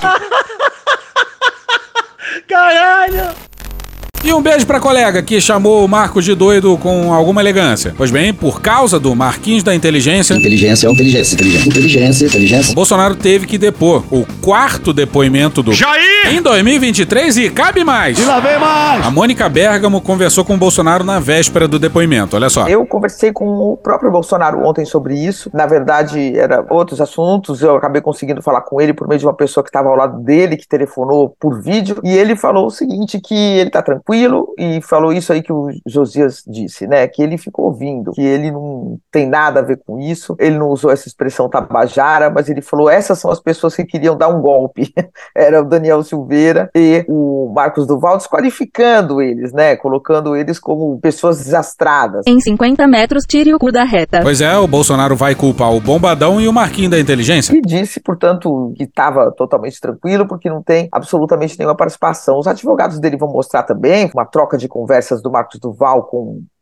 Caralho. E um beijo pra colega que chamou o Marcos de doido com alguma elegância. Pois bem, por causa do Marquinhos da Inteligência... Inteligência. O Bolsonaro teve que depor o 4º depoimento do... Jair! Em 2023 e cabe mais! E lá vem mais! A Mônica Bergamo conversou com o Bolsonaro na véspera do depoimento, olha só. Eu conversei com o próprio Bolsonaro ontem sobre isso. Na verdade, eram outros assuntos. Eu acabei conseguindo falar com ele por meio de uma pessoa que estava ao lado dele, que telefonou por vídeo. E ele falou o seguinte, que ele tá tranquilo, e falou isso aí que o Josias disse, né, que ele ficou ouvindo, que ele não tem nada a ver com isso, ele não usou essa expressão tabajara, mas ele falou, essas são as pessoas que queriam dar um golpe, era o Daniel Silveira e o Marcos Duval, desqualificando eles, né, colocando eles como pessoas desastradas. Em 50 metros, tire o cu da reta. Pois é, o Bolsonaro vai culpar o Bombadão e o Marquinho da Inteligência. E disse, portanto, que estava totalmente tranquilo, porque não tem absolutamente nenhuma participação. Os advogados dele vão mostrar também uma troca de conversas do Marcos Duval com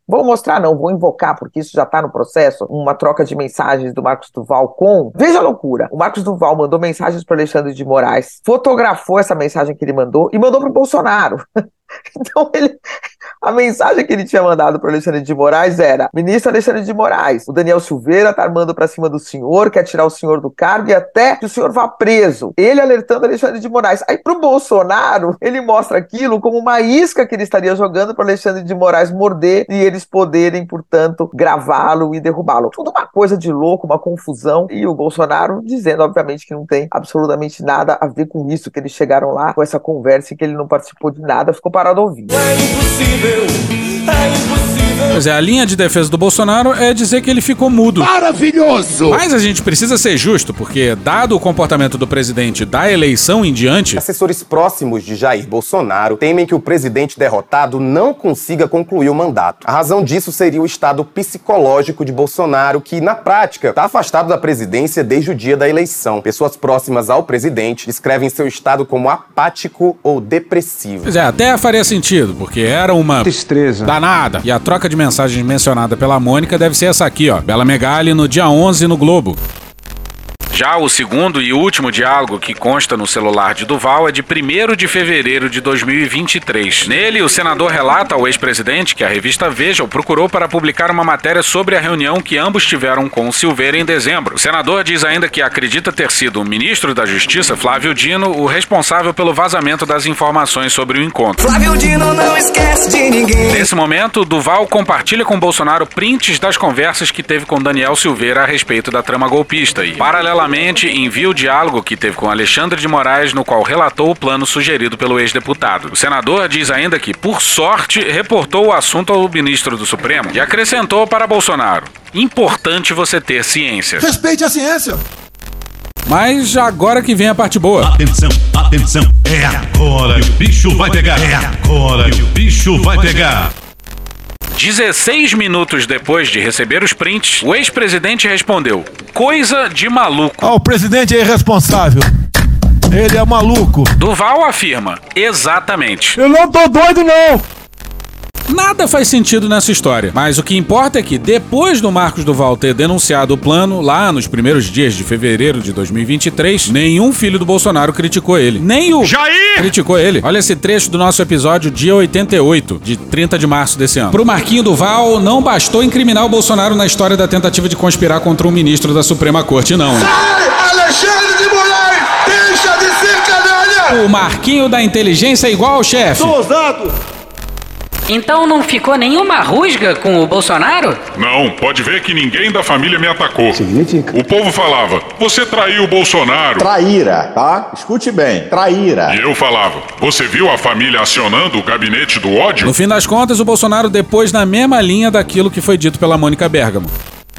Vou mostrar não, vou invocar, porque isso já está no processo, uma troca de mensagens do Marcos Duval com... Veja a loucura, o Marcos Duval mandou mensagens para Alexandre de Moraes, fotografou essa mensagem que ele mandou e mandou para o Bolsonaro. Então a mensagem que ele tinha mandado para o Alexandre de Moraes era: ministro Alexandre de Moraes, o Daniel Silveira tá armando para cima do senhor, quer tirar o senhor do cargo e até que o senhor vá preso. Ele alertando Alexandre de Moraes. Aí pro Bolsonaro, ele mostra aquilo como uma isca que ele estaria jogando para Alexandre de Moraes morder e eles poderem, portanto, gravá-lo e derrubá-lo. Tudo uma coisa de louco, uma confusão. E o Bolsonaro dizendo, obviamente, que não tem absolutamente nada a ver com isso, que eles chegaram lá com essa conversa e que ele não participou de nada, ficou parado ouvindo. É impossível, é impossível. Pois é, a linha de defesa do Bolsonaro é dizer que ele ficou mudo. Maravilhoso! Mas a gente precisa ser justo, porque, dado o comportamento do presidente da eleição em diante... Assessores próximos de Jair Bolsonaro temem que o presidente derrotado não consiga concluir o mandato. A razão disso seria o estado psicológico de Bolsonaro, que, na prática, está afastado da presidência desde o dia da eleição. Pessoas próximas ao presidente descrevem seu estado como apático ou depressivo. Pois é, até faria sentido, porque era uma destreza danada. E a troca de mensagens mencionada pela Mônica deve ser essa aqui, ó. Bela Megali no dia 11 no Globo. Já o segundo e último diálogo que consta no celular de Duval é de 1º de fevereiro de 2023. Nele, o senador relata ao ex-presidente que a revista Veja o procurou para publicar uma matéria sobre a reunião que ambos tiveram com o Silveira em dezembro. O senador diz ainda que acredita ter sido o ministro da Justiça, Flávio Dino, o responsável pelo vazamento das informações sobre o encontro. Flávio Dino não esquece de ninguém. Nesse momento, Duval compartilha com Bolsonaro prints das conversas que teve com Daniel Silveira a respeito da trama golpista e, paralelamente, envia o diálogo que teve com Alexandre de Moraes, no qual relatou o plano sugerido pelo ex-deputado. O senador diz ainda que, por sorte, reportou o assunto ao ministro do Supremo e acrescentou para Bolsonaro: importante você ter ciência. Respeite a ciência. Mas agora que vem a parte boa. Atenção, atenção, é agora que o bicho vai pegar. É agora que o bicho vai pegar. 16 minutos depois de receber os prints, o ex-presidente respondeu: coisa de maluco. O presidente é irresponsável. Ele é maluco. Duval afirma: exatamente. Eu não tô doido, não. Nada faz sentido nessa história, mas o que importa é que, depois do Marcos Duval ter denunciado o plano, lá nos primeiros dias de fevereiro de 2023, nenhum filho do Bolsonaro criticou ele. Nem o Jair criticou ele. Olha esse trecho do nosso episódio dia 88, de 30 de março desse ano. Pro Marquinho Duval, não bastou incriminar o Bolsonaro na história da tentativa de conspirar contra um ministro da Suprema Corte, não. Sai, Alexandre de Moraes! Deixa de ser canalha! O Marquinho da inteligência é igual ao chefe. Sou ousado! Então não ficou nenhuma rusga com o Bolsonaro? Não, pode ver que ninguém da família me atacou. Significa? O povo falava: você traiu o Bolsonaro. Traíra, tá? Escute bem, traíra. E eu falava: você viu a família acionando o gabinete do ódio? No fim das contas, o Bolsonaro depôs na mesma linha daquilo que foi dito pela Mônica Bergamo.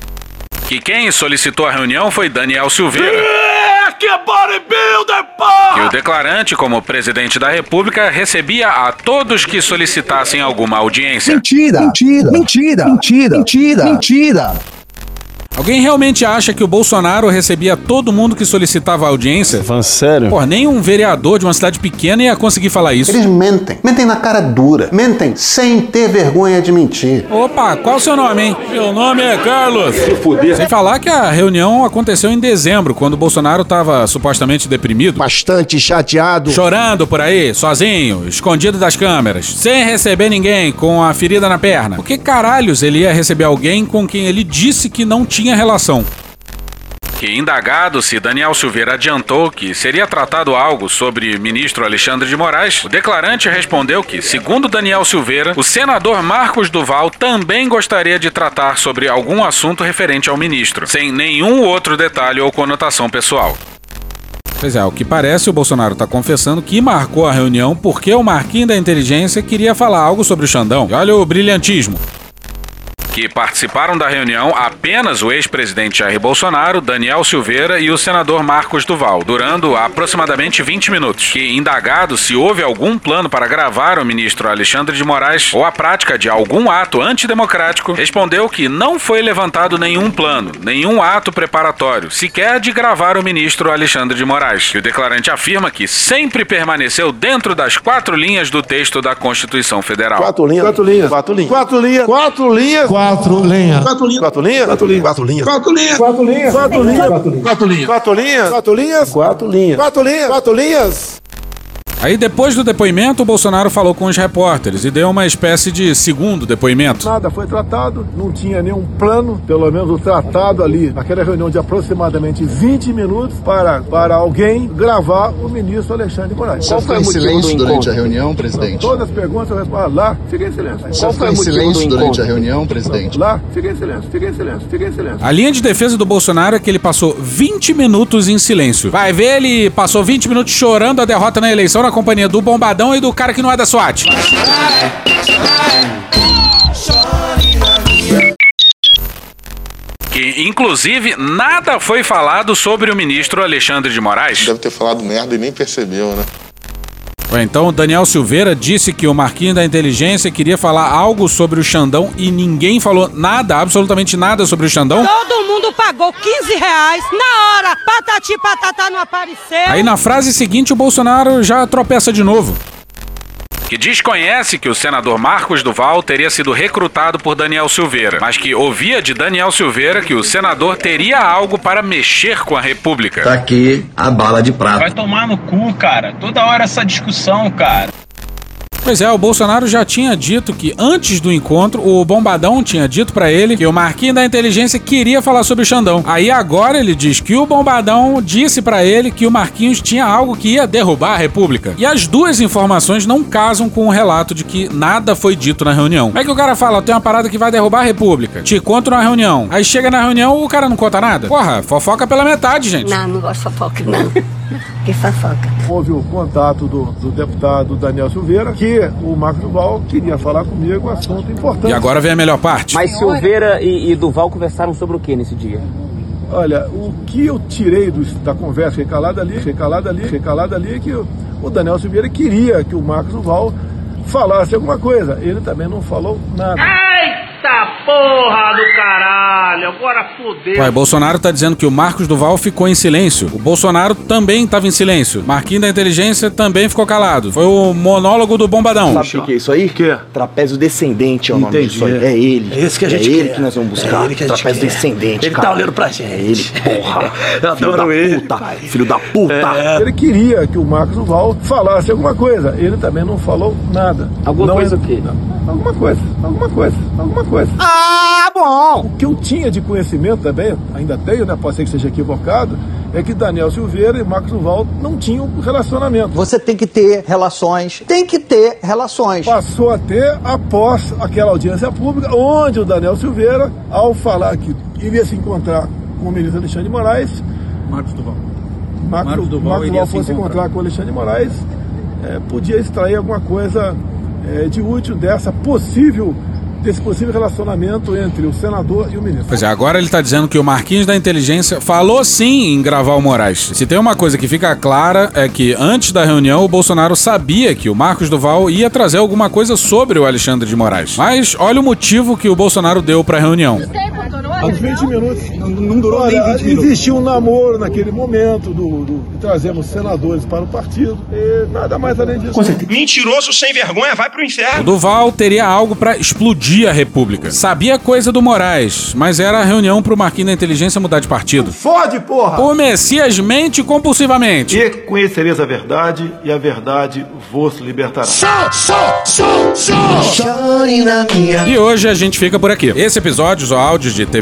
Que quem solicitou a reunião foi Daniel Silveira. Que é bodybuilder, porra! E o declarante, como presidente da República, recebia a todos que solicitassem alguma audiência. Mentira! Mentira! Mentira! Mentira! Mentira! Mentira! Alguém realmente acha que o Bolsonaro recebia todo mundo que solicitava audiência? Falando sério? Pô, nem um vereador de uma cidade pequena ia conseguir falar isso. Eles mentem. Mentem na cara dura. Mentem sem ter vergonha de mentir. Opa, qual o seu nome, hein? Meu nome é Carlos. Se fuder. Sem falar que a reunião aconteceu em dezembro, quando o Bolsonaro tava supostamente deprimido. Bastante chateado. Chorando por aí, sozinho, escondido das câmeras, sem receber ninguém, com a ferida na perna. Por que caralhos ele ia receber alguém com quem ele disse que não tinha relação? Que, indagado se Daniel Silveira adiantou que seria tratado algo sobre ministro Alexandre de Moraes, o declarante respondeu que, segundo Daniel Silveira, o senador Marcos Duval também gostaria de tratar sobre algum assunto referente ao ministro, sem nenhum outro detalhe ou conotação pessoal. Pois é, o que parece, o Bolsonaro tá confessando que marcou a reunião porque o Marquinho da inteligência queria falar algo sobre o Xandão. E olha o brilhantismo. que participaram da reunião apenas o ex-presidente Jair Bolsonaro, Daniel Silveira e o senador Marcos Duval, durando aproximadamente 20 minutos. Que, indagado se houve algum plano para gravar o ministro Alexandre de Moraes ou a prática de algum ato antidemocrático, respondeu que não foi levantado nenhum plano, nenhum ato preparatório, sequer de gravar o ministro Alexandre de Moraes. E o declarante afirma que sempre permaneceu dentro das 4 linhas do texto da Constituição Federal. 4 linhas. 4 linhas. 4 linhas. 4 linhas. 4 linhas. 4 linhas. 4 linhas. 4 linhas. 4 linhas. 4 linhas. 4 linhas. 4 linhas. 4 linhas. 4 linhas. 4 linhas. 4 linhas. 4 linhas. 4 linhas. 4 linhas. Aí, depois do depoimento, o Bolsonaro falou com os repórteres e deu uma espécie de segundo depoimento. Nada foi tratado, não tinha nenhum plano, pelo menos o tratado ali, naquela reunião de aproximadamente 20 minutos, para alguém gravar o ministro Alexandre de Moraes. Qual foi o motivo silêncio durante a reunião, presidente? Todas as perguntas eu respondo lá, fiquei em silêncio. Qual foi o silêncio durante a reunião, presidente? Lá, fiquei em silêncio, fiquei em silêncio, fiquei em silêncio. A linha de defesa do Bolsonaro é que ele passou 20 minutos em silêncio. Vai ver, ele passou 20 minutos chorando a derrota na eleição na companhia do Bombadão e do cara que não é da SWAT. Que, inclusive, nada foi falado sobre o ministro Alexandre de Moraes. Deve ter falado merda e nem percebeu, né? Então, o Daniel Silveira disse que o Marquinhos da Inteligência queria falar algo sobre o Xandão e ninguém falou nada, absolutamente nada sobre o Xandão. Todo mundo pagou R$15 na hora, patati patatá não apareceu. Aí na frase seguinte o Bolsonaro já tropeça de novo. Que desconhece que o senador Marcos Duval teria sido recrutado por Daniel Silveira, mas que ouvia de Daniel Silveira que o senador teria algo para mexer com a República. Tá aqui a bala de prata. Vai tomar no cu, cara. Toda hora essa discussão, cara. Pois é, o Bolsonaro já tinha dito que antes do encontro, o Bombadão tinha dito pra ele que o Marquinhos da Inteligência queria falar sobre o Xandão. Aí agora ele diz que o Bombadão disse pra ele que o Marquinhos tinha algo que ia derrubar a República. E as duas informações não casam com o relato de que nada foi dito na reunião. Como é que o cara fala, tem uma parada que vai derrubar a República? Te conto na reunião. Aí chega na reunião, o cara não conta nada? Porra, fofoca pela metade, gente. Não gosto de fofoca, não. Que fofoca. Houve o contato do deputado Daniel Silveira, que o Marcos Duval queria falar comigo um assunto importante. E agora vem a melhor parte. Mas Silveira e Duval conversaram sobre o que nesse dia? Olha, o que eu tirei da conversa, fiquei calado ali, é que o Daniel Silveira queria que o Marcos Duval falasse alguma coisa. Ele também não falou nada. Eita porra do caralho, agora fodeu. Ué, Bolsonaro tá dizendo que o Marcos Duval ficou em silêncio. O Bolsonaro também tava em silêncio. Marquinhos da Inteligência também ficou calado. Foi o monólogo do Bombadão. Sabe o que é isso aí? Que? Trapézio descendente é o nome disso aí. É ele. É esse que a gente quer. que nós vamos buscar. É ele que a gente Trapézio quer. descendente, ele cara. Tá olhando pra gente. É ele, porra. Eu adoro ele. Filho da puta. Ele queria que o Marcos Duval falasse alguma coisa. Ele também não falou nada. Alguma coisa o quê? Alguma coisa. Ah, bom! O que eu tinha de conhecimento também, ainda tenho, né? Pode ser que seja equivocado, é que Daniel Silveira e Marcos Duval não tinham relacionamento. Você tem que ter relações. Passou a ter após aquela audiência pública, onde o Daniel Silveira, ao falar que iria se encontrar com o ministro Alexandre de Moraes, Marcos Duval fosse se encontrar com o Alexandre de Moraes, podia extrair alguma coisa de útil desse possível relacionamento entre o senador e o ministro. Pois é, agora ele tá dizendo que o Marquinhos da Inteligência falou sim em gravar o Moraes. Se tem uma coisa que fica clara é que antes da reunião o Bolsonaro sabia que o Marcos Duval ia trazer alguma coisa sobre o Alexandre de Moraes. Mas olha o motivo que o Bolsonaro deu pra reunião. Uns 20 minutos. Não durou nem 20 minutos. Existiu um namoro naquele momento de trazermos senadores para o partido. E nada mais além disso. Mentiroso sem vergonha, vai pro inferno. O Duval teria algo pra explodir a República. Sabia coisa do Moraes, mas era a reunião pro Marquinhos da Inteligência mudar de partido. Fode, porra! O Messias mente compulsivamente. E conhecereis a verdade, e a verdade vos libertará. E hoje a gente fica por aqui. Esse episódio, os áudios de TV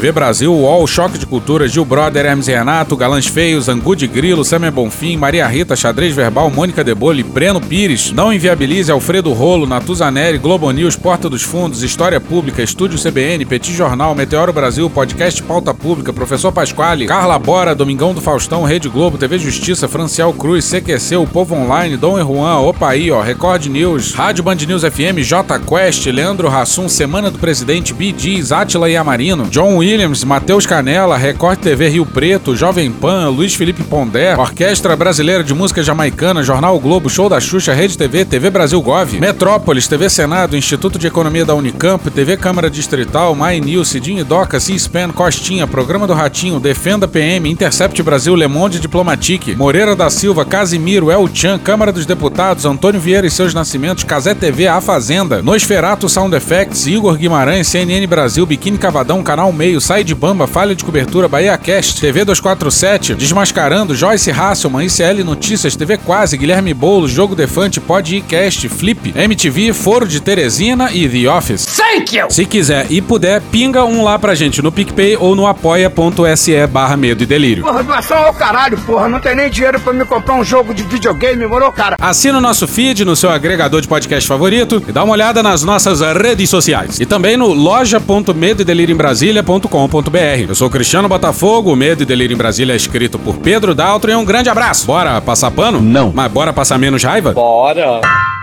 TV Brasil, UOL, Choque de Cultura, Gil Brother, Hermes e Renato, Galãs Feios, Angu de Grilo, Samia Bonfim, Maria Rita, Xadrez Verbal, Mônica Debole, Breno Pires, Não Inviabilize, Alfredo Rolo, Natuzaneri, Globo News, Porta dos Fundos, História Pública, Estúdio CBN, Petit Jornal, Meteoro Brasil, Podcast Pauta Pública, Professor Pasquale, Carla Bora, Domingão do Faustão, Rede Globo, TV Justiça, Franciel Cruz, CQC, O Povo Online, Dom e Juan, Opa aí, ó, Record News, Rádio Band News FM, J Quest, Leandro Hassum, Semana do Presidente, Bee Gees, Átila e Amarino, John Williams, Matheus Canela, Record TV Rio Preto, Jovem Pan, Luiz Felipe Pondé, Orquestra Brasileira de Música Jamaicana, Jornal Globo, Show da Xuxa, Rede TV, TV Brasil Gov, Metrópolis, TV Senado, Instituto de Economia da Unicamp, TV Câmara Distrital, My News, Cidinho e Doca, C-SPAN, Costinha, Programa do Ratinho, Defenda PM, Intercept Brasil, Le Monde Diplomatique, Moreira da Silva, Casimiro, El Chan, Câmara dos Deputados, Antônio Vieira e seus Nascimentos, Cazé TV, A Fazenda, Nosferato Sound Effects, Igor Guimarães, CNN Brasil, Biquíni Cavadão, Canal Meio, Sai de Bamba, Falha de Cobertura, Bahia Cast, TV 247, Desmascarando, Joyce Hasselman, ICL Notícias, TV Quase, Guilherme Boulos, Jogo Defante, Podcast, Flip, MTV, Foro de Teresina e The Office. Thank you! Se quiser e puder, pinga um lá pra gente no PicPay ou no apoia.se/Medo e Delírio. Porra, doação ao caralho, porra. Não tem nem dinheiro pra me comprar um jogo de videogame, moro, cara? Assina o nosso feed no seu agregador de podcast favorito e dá uma olhada nas nossas redes sociais. E também no loja.medoedelirioembrasilha.com.br. Eu sou Cristiano Botafogo, o Medo e Delírio em Brasília é escrito por Pedro Daltro e um grande abraço. Bora passar pano? Não. Mas bora passar menos raiva? Bora.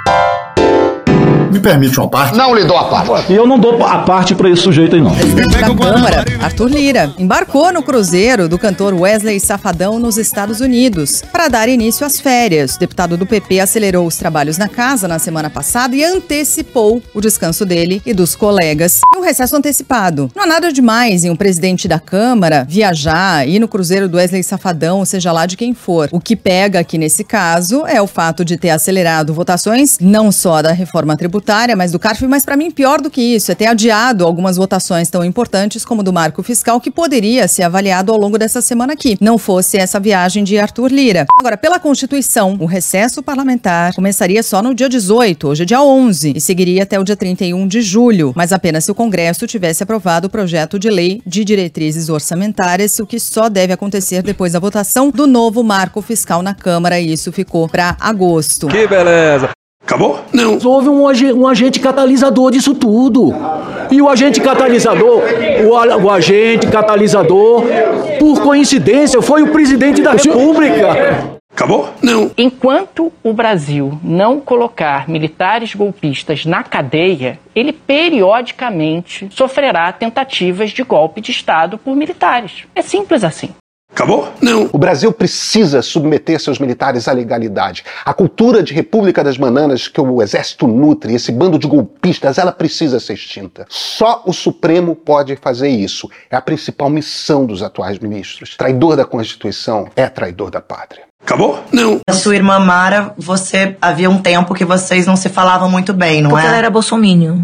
Me permite uma parte? Não lhe dou a parte. E eu não dou a parte pra esse sujeito aí, não. O presidente da Câmara, Arthur Lira, embarcou no cruzeiro do cantor Wesley Safadão nos Estados Unidos para dar início às férias. O deputado do PP acelerou os trabalhos na casa na semana passada e antecipou o descanso dele e dos colegas em um recesso antecipado. Não há nada demais em um presidente da Câmara viajar, ir no cruzeiro do Wesley Safadão, seja lá de quem for. O que pega aqui nesse caso é o fato de ter acelerado votações, não só da reforma tributária, mas do CARF, mas para mim pior do que isso, é ter adiado algumas votações tão importantes como do marco fiscal, que poderia ser avaliado ao longo dessa semana aqui, não fosse essa viagem de Arthur Lira. Agora, pela Constituição, o recesso parlamentar começaria só no dia 18, hoje é dia 11, e seguiria até o dia 31 de julho, mas apenas se o Congresso tivesse aprovado o projeto de lei de diretrizes orçamentárias, o que só deve acontecer depois da votação do novo marco fiscal na Câmara, e isso ficou para agosto. Que beleza! Acabou? Não. Houve um agente catalisador disso tudo. E o agente catalisador, o agente catalisador, por coincidência, foi o presidente da República. Acabou? Não. Enquanto o Brasil não colocar militares golpistas na cadeia, ele periodicamente sofrerá tentativas de golpe de Estado por militares. É simples assim. Acabou? Não. O Brasil precisa submeter seus militares à legalidade. A cultura de República das Bananas que o Exército nutre, esse bando de golpistas, ela precisa ser extinta. Só o Supremo pode fazer isso. É a principal missão dos atuais ministros. Traidor da Constituição é traidor da pátria. Acabou? Não. A sua irmã Mara, havia um tempo que vocês não se falavam muito bem, não é? Porque ela era bolsominion.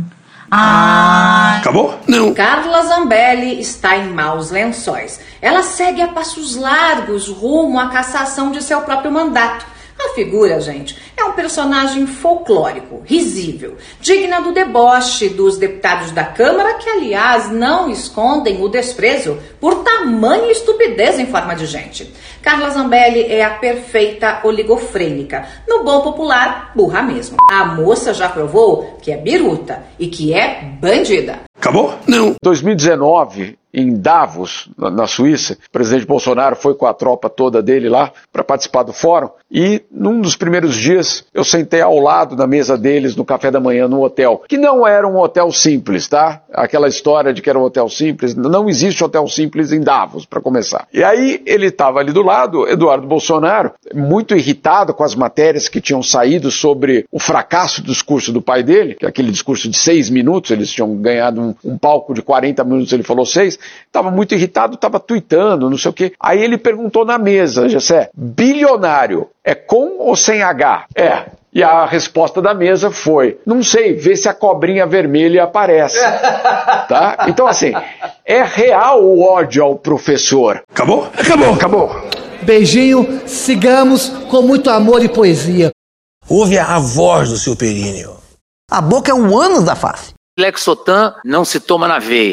Acabou? Não. Carla Zambelli está em maus lençóis. Ela segue a passos largos rumo à cassação de seu próprio mandato. A figura, gente, é um personagem folclórico, risível, digna do deboche dos deputados da Câmara, que, aliás, não escondem o desprezo por tamanha estupidez em forma de gente. Carla Zambelli é a perfeita oligofrênica. No bom popular, burra mesmo. A moça já provou que é biruta e que é bandida. Acabou? Não. 2019, em Davos, na Suíça, o presidente Bolsonaro foi com a tropa toda dele lá para participar do fórum e num dos primeiros dias eu sentei ao lado da mesa deles no café da manhã no hotel, que não era um hotel simples, tá? Aquela história de que era um hotel simples, não existe hotel simples em Davos, para começar. E aí ele estava ali do lado, Eduardo Bolsonaro, muito irritado com as matérias que tinham saído sobre o fracasso do discurso do pai dele, que é aquele discurso de 6 minutos, eles tinham ganhado um palco de 40 minutos, ele falou 6, estava muito irritado, estava tuitando, não sei o quê. Aí ele perguntou na mesa, Gessé, bilionário, é com ou sem H? É. E a resposta da mesa foi, não sei, vê se a cobrinha vermelha aparece. Tá? Então assim, é real o ódio ao professor. Acabou? Acabou. Acabou. Beijinho, sigamos com muito amor e poesia. Ouve a voz do seu períneo. A boca é um ânus da face. Lexotan não se toma na veia.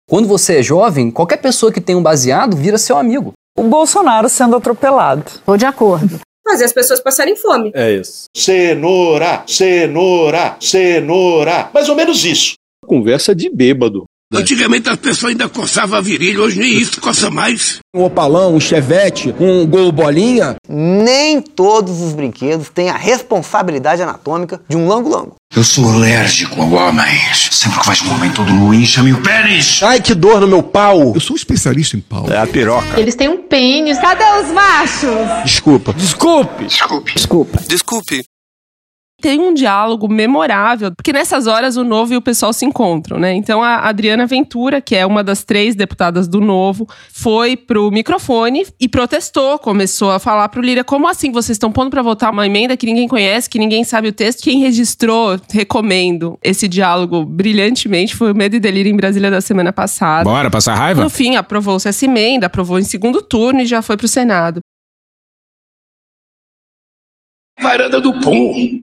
Quando você é jovem, qualquer pessoa que tem um baseado vira seu amigo. O Bolsonaro sendo atropelado. Tô de acordo. Fazer as pessoas passarem fome. É isso. Cenoura, cenoura, cenoura. Mais ou menos isso. Conversa de bêbado. Antigamente as pessoas ainda coçavam a virilha, hoje nem isso coça mais. Um Opalão, um Chevette, um Gol Bolinha. Nem todos os brinquedos têm a responsabilidade anatômica de um lango-lango. Eu sou alérgico a homens. Sempre que vais com um homem todo nu, incha-me o pênis. Ai, que dor no meu pau. Eu sou um especialista em pau. É a piroca. Eles têm um pênis. Cadê os machos? Desculpa. Desculpe. Desculpe. Desculpa. Desculpe. Tem um diálogo memorável, porque nessas horas o Novo e o pessoal se encontram, né? Então a Adriana Ventura, que é uma das 3 deputadas do Novo, foi pro microfone e protestou, começou a falar pro Lira, como assim vocês estão pondo pra votar uma emenda que ninguém conhece, que ninguém sabe o texto? Quem registrou, recomendo esse diálogo brilhantemente, foi o Medo e Delírio em Brasília da semana passada. Bora, passar raiva? No fim, aprovou-se essa emenda, aprovou em segundo turno e já foi pro Senado. Varanda do Pum.